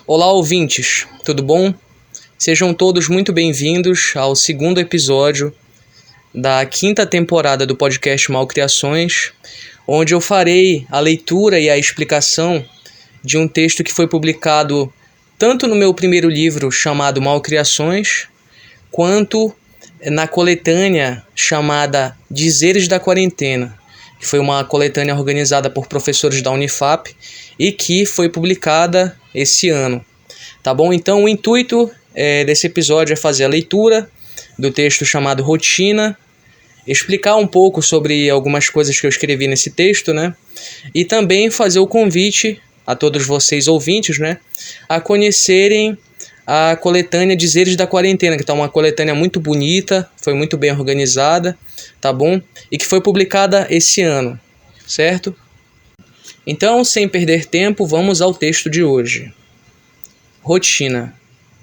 Olá, ouvintes, tudo bom? Sejam todos muito bem-vindos ao segundo episódio da quinta temporada do podcast Malcriações, onde eu farei a leitura e a explicação de um texto que foi publicado tanto no meu primeiro livro chamado Malcriações, quanto na coletânea chamada Dizeres da Quarentena, que foi uma coletânea organizada por professores da Unifap e que foi publicada esse ano. Tá bom? Então o intuito desse episódio é fazer a leitura do texto chamado Rotina, explicar um pouco sobre algumas coisas que eu escrevi nesse texto, né? E também fazer o convite a todos vocês ouvintes, né, a conhecerem a coletânea Dizeres da Quarentena, que está uma coletânea muito bonita, foi muito bem organizada, tá bom? E que foi publicada esse ano, certo? Então, sem perder tempo, vamos ao texto de hoje. Rotina.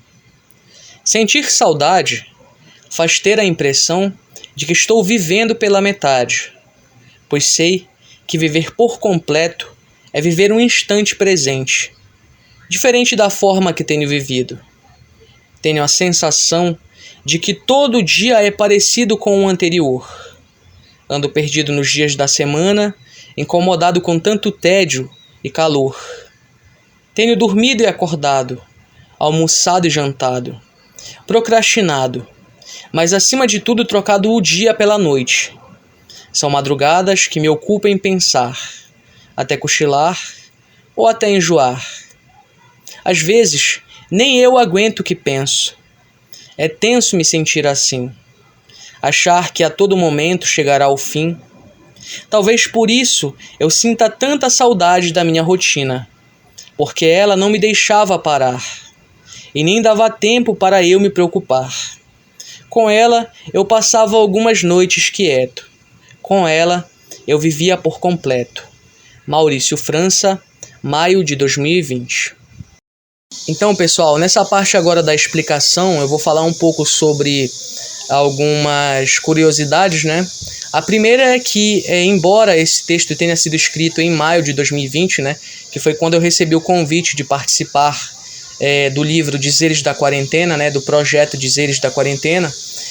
Sentir saudade faz ter a impressão de que estou vivendo pela metade, pois sei que viver por completo é viver um instante presente, diferente da forma que tenho vivido. Tenho a sensação de que todo dia é parecido com o anterior. Ando perdido nos dias da semana, incomodado com tanto tédio e calor. Tenho dormido e acordado, almoçado e jantado, procrastinado, mas acima de tudo trocado o dia pela noite. São madrugadas que me ocupam em pensar, até cochilar ou até enjoar. Às vezes, nem eu aguento o que penso. É tenso me sentir assim, achar que a todo momento chegará ao fim. Talvez por isso eu sinta tanta saudade da minha rotina, porque ela não me deixava parar e nem dava tempo para eu me preocupar. Com ela eu passava algumas noites quieto. Com ela eu vivia por completo. Maurício França, maio de 2020. Então, pessoal, nessa parte agora da explicação, eu vou falar um pouco sobre algumas curiosidades, né? A primeira é que, embora esse texto tenha sido escrito em maio de 2020, né, que foi quando eu recebi o convite de participar do livro Dizeres da Quarentena, né, do projeto Dizeres da Quarentena,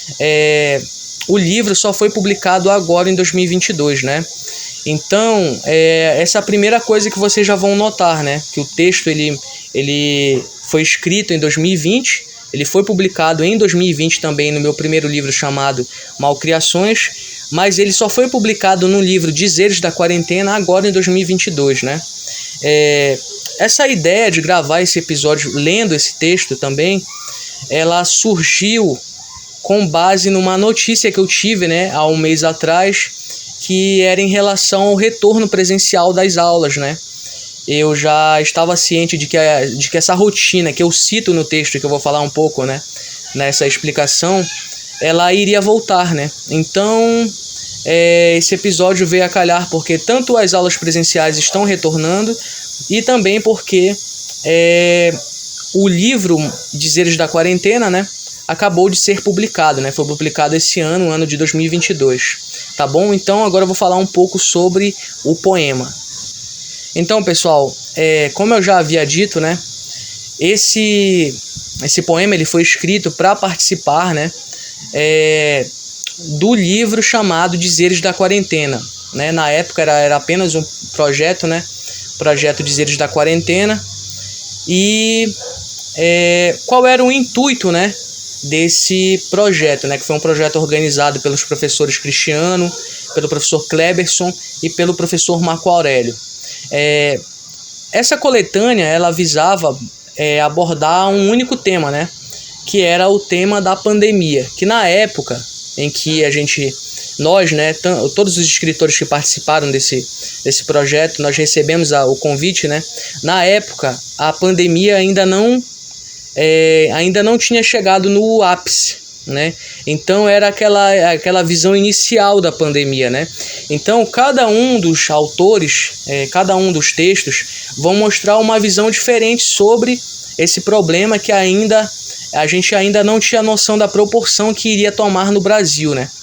o livro só foi publicado agora em 2022, né? Então, essa é a primeira coisa que vocês já vão notar, né? Que o texto ele foi escrito em 2020, ele foi publicado em 2020 também no meu primeiro livro chamado Malcriações, mas ele só foi publicado no livro Dizeres da Quarentena agora em 2022, né? Essa ideia de gravar esse episódio lendo esse texto também, ela surgiu com base numa notícia que eu tive, né, há um mês atrás, que era em relação ao retorno presencial das aulas, né? Eu já estava ciente de que essa rotina que eu cito no texto, que eu vou falar um pouco, né, nessa explicação, ela iria voltar, né? Então, esse episódio veio a calhar porque tanto as aulas presenciais estão retornando e também porque o livro Dizeres da Quarentena, né, acabou de ser publicado, né? Foi publicado esse ano, ano de 2022. Tá bom? Então agora eu vou falar um pouco sobre o poema. Então, pessoal, como eu já havia dito, né? Esse poema ele foi escrito para participar, né? Do livro chamado Dizeres da Quarentena, né? Na época era apenas um projeto, né? Projeto Dizeres da Quarentena. E qual era o intuito, né, desse projeto, né, que foi um projeto organizado pelos professores Cristiano, pelo professor Kleberson e pelo professor Marco Aurélio. Essa coletânea ela visava abordar um único tema, né, que era o tema da pandemia, que na época em que nós, né, todos os escritores que participaram desse projeto, nós recebemos o convite, né, na época a pandemia ainda não tinha chegado no ápice, né? Então era aquela visão inicial da pandemia, né? Então cada um dos autores, cada um dos textos vão mostrar uma visão diferente sobre esse problema que a gente ainda não tinha noção da proporção que iria tomar no Brasil, né?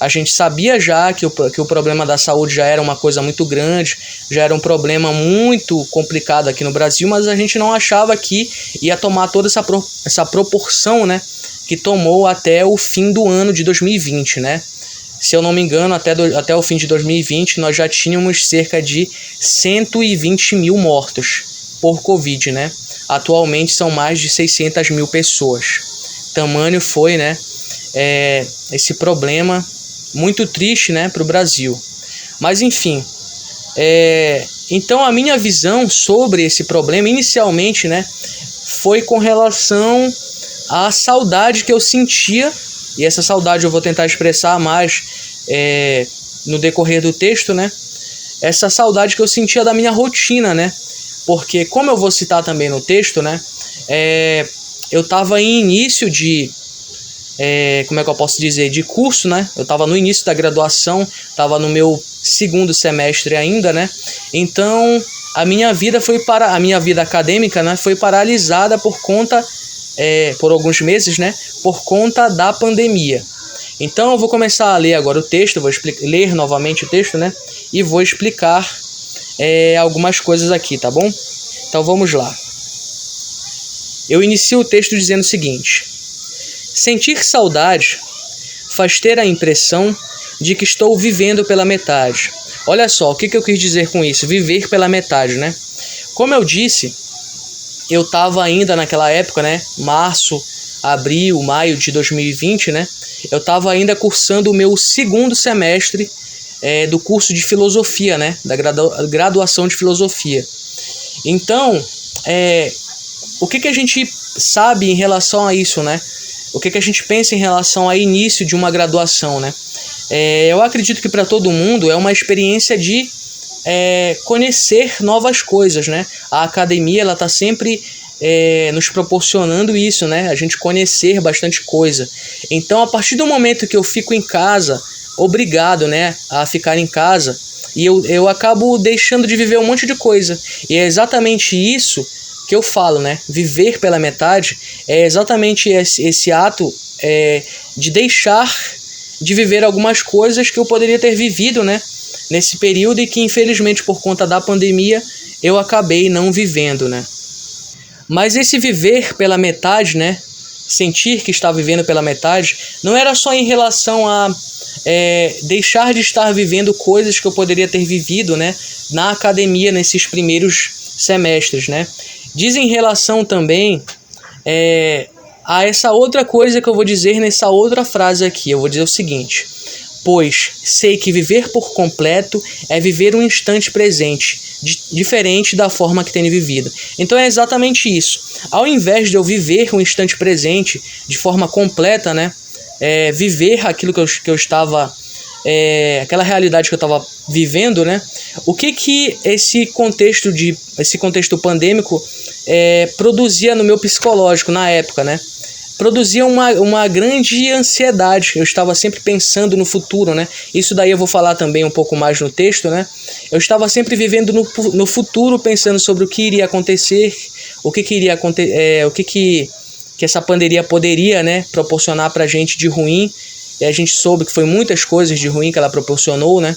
A gente sabia já que o problema da saúde já era uma coisa muito grande, já era um problema muito complicado aqui no Brasil, mas a gente não achava que ia tomar toda essa proporção, né, que tomou até o fim do ano de 2020, né? Se eu não me engano, até o fim de 2020, nós já tínhamos cerca de 120 mil mortos por Covid, né? Atualmente são mais de 600 mil pessoas. Tamanho foi, né, esse problema muito triste, né, para o Brasil. Mas, enfim, então a minha visão sobre esse problema, inicialmente, né, foi com relação à saudade que eu sentia. E essa saudade eu vou tentar expressar mais no decorrer do texto, né? Essa saudade que eu sentia da minha rotina, né? Porque, como eu vou citar também no texto, né? Eu estava em início de... como é que eu posso dizer? De curso, né? Eu estava no início da graduação, estava no meu segundo semestre ainda, né? Então, a minha vida acadêmica, né, foi paralisada por conta... por alguns meses, né, por conta da pandemia. Então eu vou começar a ler agora o texto, vou ler novamente o texto, né, e vou explicar algumas coisas aqui, tá bom? Então vamos lá. Eu inicio o texto dizendo o seguinte: sentir saudade faz ter a impressão de que estou vivendo pela metade. Olha só, o que eu quis dizer com isso? Viver pela metade, né? Como eu disse, eu estava ainda naquela época, né, março, abril, maio de 2020, né, eu estava ainda cursando o meu segundo semestre do curso de filosofia, né, da graduação de filosofia. Então, o que a gente sabe em relação a isso, né? O que a gente pensa em relação ao início de uma graduação, né? Eu acredito que para todo mundo é uma experiência de conhecer novas coisas, né? A academia, ela está sempre nos proporcionando isso, né? A gente conhecer bastante coisa. Então, a partir do momento que eu fico em casa, obrigado, né, a ficar em casa, e eu acabo deixando de viver um monte de coisa. E é exatamente isso que eu falo, né? Viver pela metade é exatamente esse ato de deixar de viver algumas coisas que eu poderia ter vivido, né, nesse período, e que infelizmente por conta da pandemia eu acabei não vivendo, né? Mas esse viver pela metade, né, sentir que está vivendo pela metade, não era só em relação a deixar de estar vivendo coisas que eu poderia ter vivido, né, na academia nesses primeiros semestres, né? Diz em relação também a essa outra coisa que eu vou dizer nessa outra frase aqui. Eu vou dizer o seguinte: pois sei que viver por completo é viver um instante presente, diferente da forma que tenho vivido. Então é exatamente isso. Ao invés de eu viver um instante presente de forma completa, né, viver aquilo que eu estava, aquela realidade que eu estava vivendo, né, o que esse contexto pandêmico produzia no meu psicológico na época, né? Produzia uma grande ansiedade. Eu estava sempre pensando no futuro, né? Isso daí eu vou falar também um pouco mais no texto, né? Eu estava sempre vivendo no futuro, pensando sobre o que iria acontecer, o que iria acontecer, o que essa pandemia poderia, né, proporcionar pra gente de ruim. E a gente soube que foi muitas coisas de ruim que ela proporcionou, né?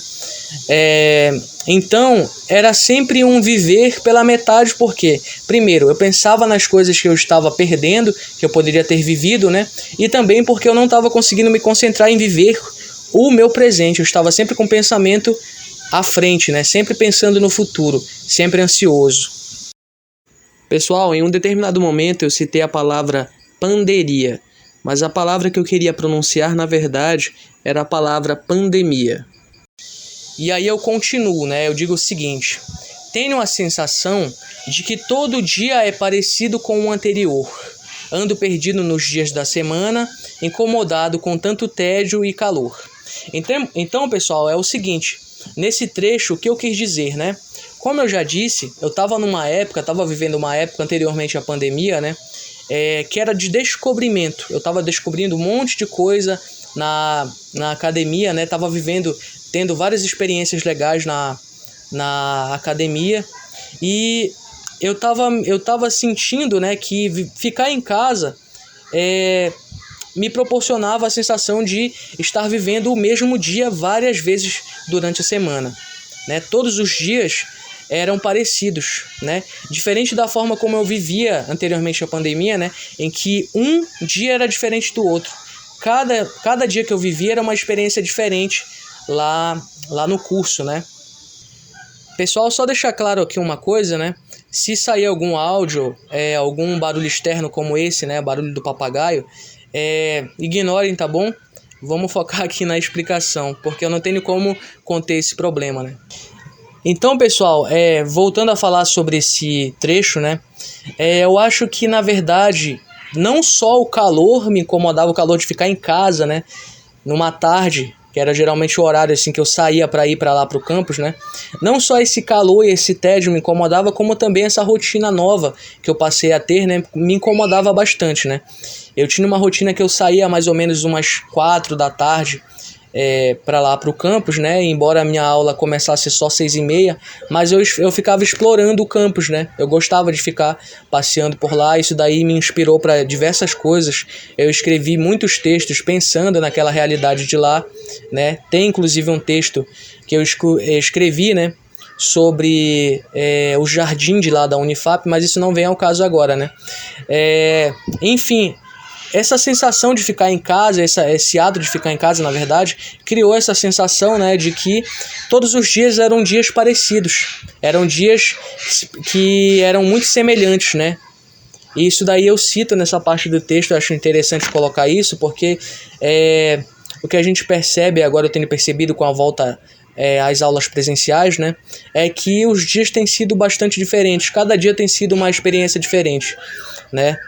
Então, era sempre um viver pela metade, porque, primeiro, eu pensava nas coisas que eu estava perdendo, que eu poderia ter vivido, né? E também porque eu não estava conseguindo me concentrar em viver o meu presente. Eu estava sempre com o pensamento à frente, né? Sempre pensando no futuro, sempre ansioso. Pessoal, em um determinado momento eu citei a palavra pandemia, mas a palavra que eu queria pronunciar, na verdade, era a palavra pandemia. E aí eu continuo, né? Eu digo o seguinte: tenho a sensação de que todo dia é parecido com o anterior. Ando perdido nos dias da semana, incomodado com tanto tédio e calor. Então, pessoal, é o seguinte: nesse trecho, o que eu quis dizer, né? Como eu já disse, eu estava vivendo uma época anteriormente à pandemia, né? Que era de descobrimento. Eu estava descobrindo um monte de coisa na academia, né? Estava tendo várias experiências legais na academia, e eu tava sentindo, né, que ficar em casa me proporcionava a sensação de estar vivendo o mesmo dia várias vezes durante a semana, né? Todos os dias eram parecidos, né? Diferente da forma como eu vivia anteriormente à pandemia, né? Em que um dia era diferente do outro. Cada dia que eu vivia era uma experiência diferente lá no curso, né? Pessoal, só deixar claro aqui uma coisa, né? Se sair algum áudio, algum barulho externo como esse, né? Barulho do papagaio, ignorem, tá bom? Vamos focar aqui na explicação, porque eu não tenho como conter esse problema, né? Então, pessoal, voltando a falar sobre esse trecho, né? Eu acho que, na verdade, não só o calor me incomodava, o calor de ficar em casa, né? Numa tarde, que era geralmente o horário assim que eu saía para ir para lá pro campus, né? Não só esse calor e esse tédio me incomodava, como também essa rotina nova que eu passei a ter, né? Me incomodava bastante, né? Eu tinha uma rotina que eu saía mais ou menos umas 4 da tarde para lá pro campus, né? Embora a minha aula começasse só 6h30, mas eu ficava explorando o campus, né? Eu gostava de ficar passeando por lá, isso daí me inspirou para diversas coisas. Eu escrevi muitos textos pensando naquela realidade de lá, né? Tem inclusive um texto que eu escrevi, né? Sobre o jardim de lá da Unifap, mas isso não vem ao caso agora, né? Enfim, essa sensação de ficar em casa, esse ato de ficar em casa, na verdade, criou essa sensação, né, de que todos os dias eram dias parecidos, eram dias que eram muito semelhantes, né? E isso daí eu cito nessa parte do texto, eu acho interessante colocar isso, porque o que a gente percebe, agora eu tenho percebido com a volta às aulas presenciais, né, é que os dias têm sido bastante diferentes, cada dia tem sido uma experiência diferente, né?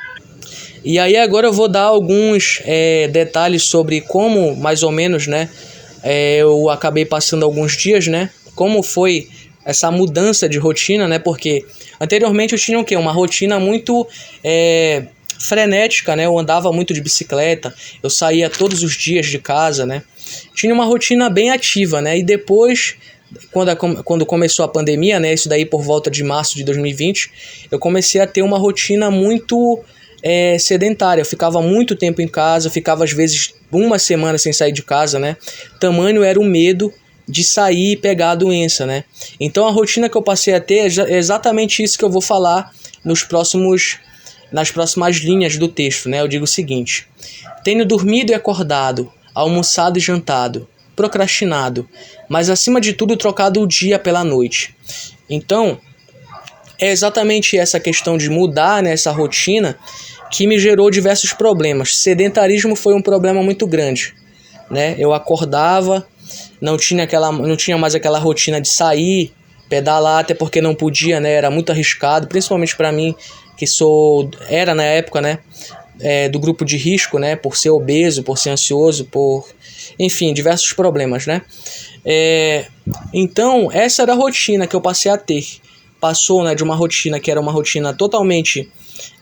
E aí agora eu vou dar alguns detalhes sobre como, mais ou menos, né, eu acabei passando alguns dias, né, como foi essa mudança de rotina, né, porque anteriormente eu tinha o quê? Uma rotina muito frenética, né, eu andava muito de bicicleta, eu saía todos os dias de casa, né, tinha uma rotina bem ativa, né, e depois, quando começou a pandemia, né, isso daí por volta de março de 2020, eu comecei a ter uma rotina muito sedentária, eu ficava muito tempo em casa, eu ficava às vezes uma semana sem sair de casa, né? Tamanho era o medo de sair e pegar a doença, né? Então a rotina que eu passei a ter é exatamente isso que eu vou falar nas próximas linhas do texto, né? Eu digo o seguinte: tenho dormido e acordado, almoçado e jantado, procrastinado, mas acima de tudo trocado o dia pela noite. Então, é exatamente essa questão de mudar, né, essa rotina que me gerou diversos problemas. Sedentarismo foi um problema muito grande, né? Eu acordava, não tinha mais aquela rotina de sair, pedalar, até porque não podia, né? Era muito arriscado, principalmente para mim, que era na época, né, do grupo de risco, né, por ser obeso, por ser ansioso, enfim, diversos problemas, né? Então, essa era a rotina que eu passei a ter. Passou, né, de uma rotina que era uma rotina totalmente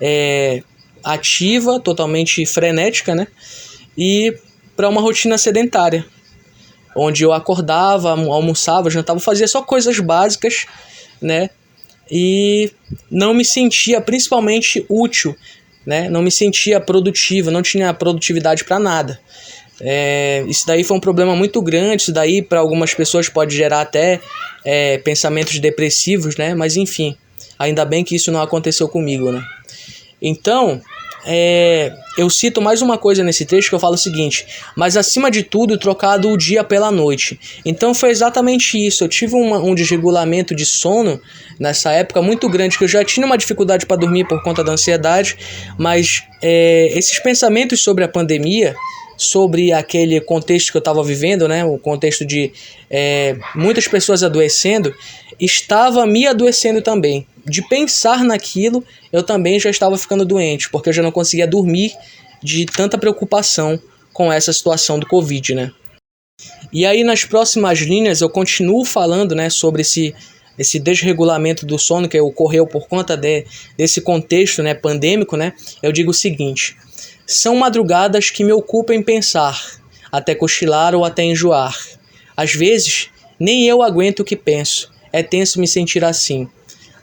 ativa, totalmente frenética, né, e para uma rotina sedentária, onde eu acordava, almoçava, jantava, fazia só coisas básicas, né, e não me sentia principalmente útil, né, não me sentia produtivo, não tinha produtividade para nada. Isso daí foi um problema muito grande, isso daí para algumas pessoas pode gerar até pensamentos depressivos, né? Mas enfim, ainda bem que isso não aconteceu comigo, né? Então, eu cito mais uma coisa nesse texto que eu falo o seguinte: mas acima de tudo, trocado o dia pela noite. Então foi exatamente isso, eu tive um desregulamento de sono nessa época muito grande, que eu já tinha uma dificuldade para dormir por conta da ansiedade, mas esses pensamentos sobre a pandemia, sobre aquele contexto que eu estava vivendo, né, o contexto de muitas pessoas adoecendo, estava me adoecendo também. De pensar naquilo, eu também já estava ficando doente, porque eu já não conseguia dormir de tanta preocupação com essa situação do Covid, né. E aí nas próximas linhas eu continuo falando, né, sobre esse desregulamento do sono que ocorreu por conta desse contexto, né, pandêmico, né. Eu digo o seguinte: são madrugadas que me ocupam em pensar, até cochilar ou até enjoar. Às vezes, nem eu aguento o que penso. É tenso me sentir assim.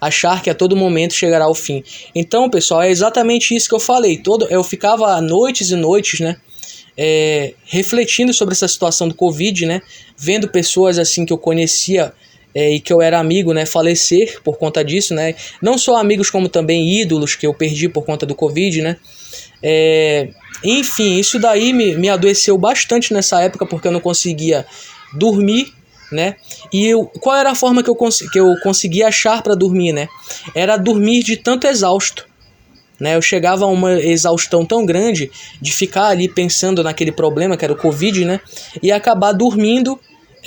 achar que a todo momento chegará ao fim. Então, pessoal, é exatamente isso que eu falei. Eu ficava noites e noites, né, refletindo sobre essa situação do Covid, né, vendo pessoas assim que eu conhecia e que eu era amigo, né, falecer por conta disso, né, não só amigos como também ídolos que eu perdi por conta do Covid, né. Enfim, isso daí me adoeceu bastante nessa época, porque eu não conseguia dormir, né? E qual era a forma que eu conseguia achar para dormir, né? Era dormir de tanto exausto, né? Eu chegava a uma exaustão tão grande de ficar ali pensando naquele problema que era o Covid, né? E acabar dormindo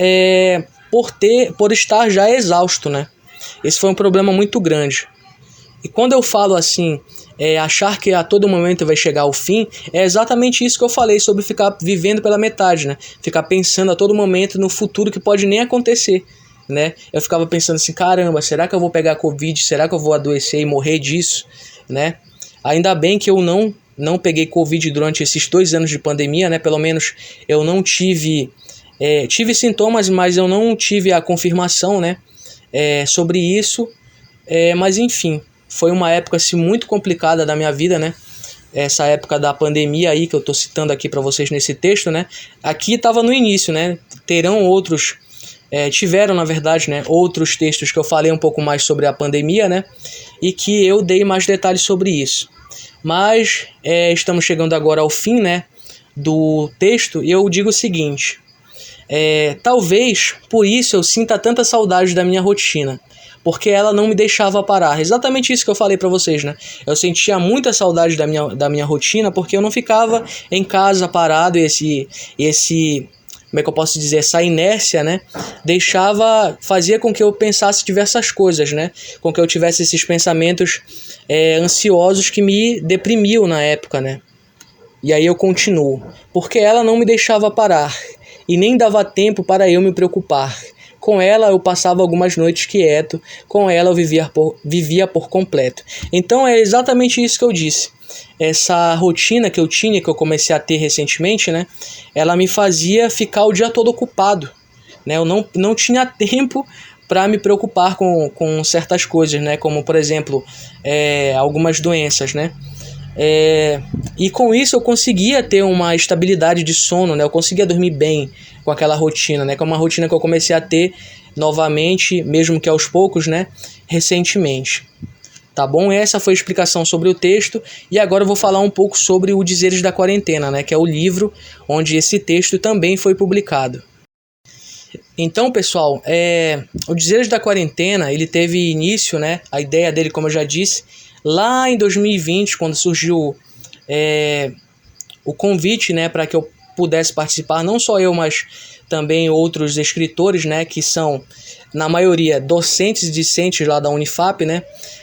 por estar já exausto, né? Esse foi um problema muito grande. E quando eu falo assim, achar que a todo momento vai chegar ao fim, é exatamente isso que eu falei sobre ficar vivendo pela metade, né? Ficar pensando a todo momento no futuro que pode nem acontecer, né? Eu ficava pensando assim, caramba, será que eu vou pegar Covid? Será que eu vou adoecer e morrer disso, né? Ainda bem que eu não peguei Covid durante esses 2 anos de pandemia, né? Pelo menos eu não tive... tive sintomas, mas eu não tive a confirmação, né? Sobre isso, mas enfim... Foi uma época assim, muito complicada da minha vida, né? Essa época da pandemia aí que eu tô citando aqui para vocês nesse texto, né? Aqui estava no início, né? Tiveram, na verdade, né, outros textos que eu falei um pouco mais sobre a pandemia, né? E que eu dei mais detalhes sobre isso. Mas estamos chegando agora ao fim, né, do texto e eu digo o seguinte. Talvez por isso eu sinta tanta saudade da minha rotina. Porque ela não me deixava parar. Exatamente isso que eu falei pra vocês, né? Eu sentia muita saudade da minha rotina, porque eu não ficava em casa parado, como é que eu posso dizer, essa inércia, né? Fazia com que eu pensasse diversas coisas, né? Com que eu tivesse esses pensamentos ansiosos que me deprimiam na época, né? E aí eu continuo. Porque ela não me deixava parar, e nem dava tempo para eu me preocupar. Com ela eu passava algumas noites quieto, com ela eu vivia por completo. Então é exatamente isso que eu disse. Essa rotina que eu tinha, que eu comecei a ter recentemente, né, ela me fazia ficar o dia todo ocupado, né? Eu não tinha tempo para me preocupar com certas coisas, né, como por exemplo algumas doenças, né? E com isso eu conseguia ter uma estabilidade de sono, né? Eu conseguia dormir bem com aquela rotina, né? Que é uma rotina que eu comecei a ter novamente, mesmo que aos poucos, né? Recentemente. Tá bom? Essa foi a explicação sobre o texto. E agora eu vou falar um pouco sobre o Dizeres da Quarentena, né? Que é o livro onde esse texto também foi publicado. Então, pessoal, o Dizeres da Quarentena, ele teve início, né? A ideia dele, como eu já disse, lá em 2020, quando surgiu o convite, né, para que eu pudesse participar, não só eu, mas também outros escritores, né, que são, na maioria, docentes e discentes lá da Unifap, né.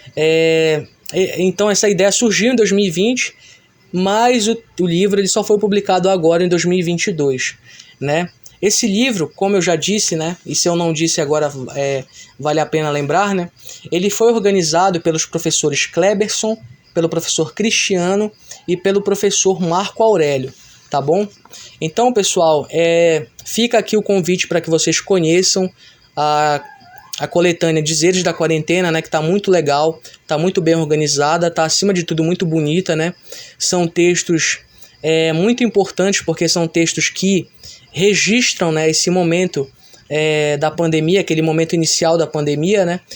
Então essa ideia surgiu em 2020, mas o livro ele só foi publicado agora em 2022, né. Esse livro, como eu já disse, né, e se eu não disse agora vale a pena lembrar, né, ele foi organizado pelos professores Kleberson, pelo professor Cristiano e pelo professor Marco Aurélio, tá bom? Então, pessoal, fica aqui o convite para que vocês conheçam a coletânea Dizeres da Quarentena, né, que tá muito legal, tá muito bem organizada, tá acima de tudo muito bonita, né? São textos muito importantes, porque são textos que registram, né, esse momento da pandemia, aquele momento inicial da pandemia, né,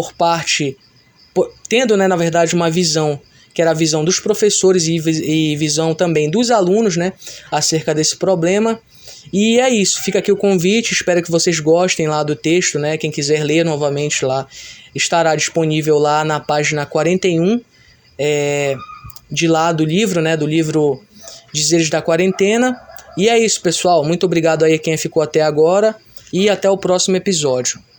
tendo, né, na verdade, uma visão que era a visão dos professores e visão também dos alunos, né, acerca desse problema. E é isso, fica aqui o convite, espero que vocês gostem lá do texto, né, quem quiser ler novamente lá, estará disponível lá na página 41 de lá do livro, né, do livro Dizeres da Quarentena. E é isso, pessoal, muito obrigado aí a quem ficou até agora e até o próximo episódio.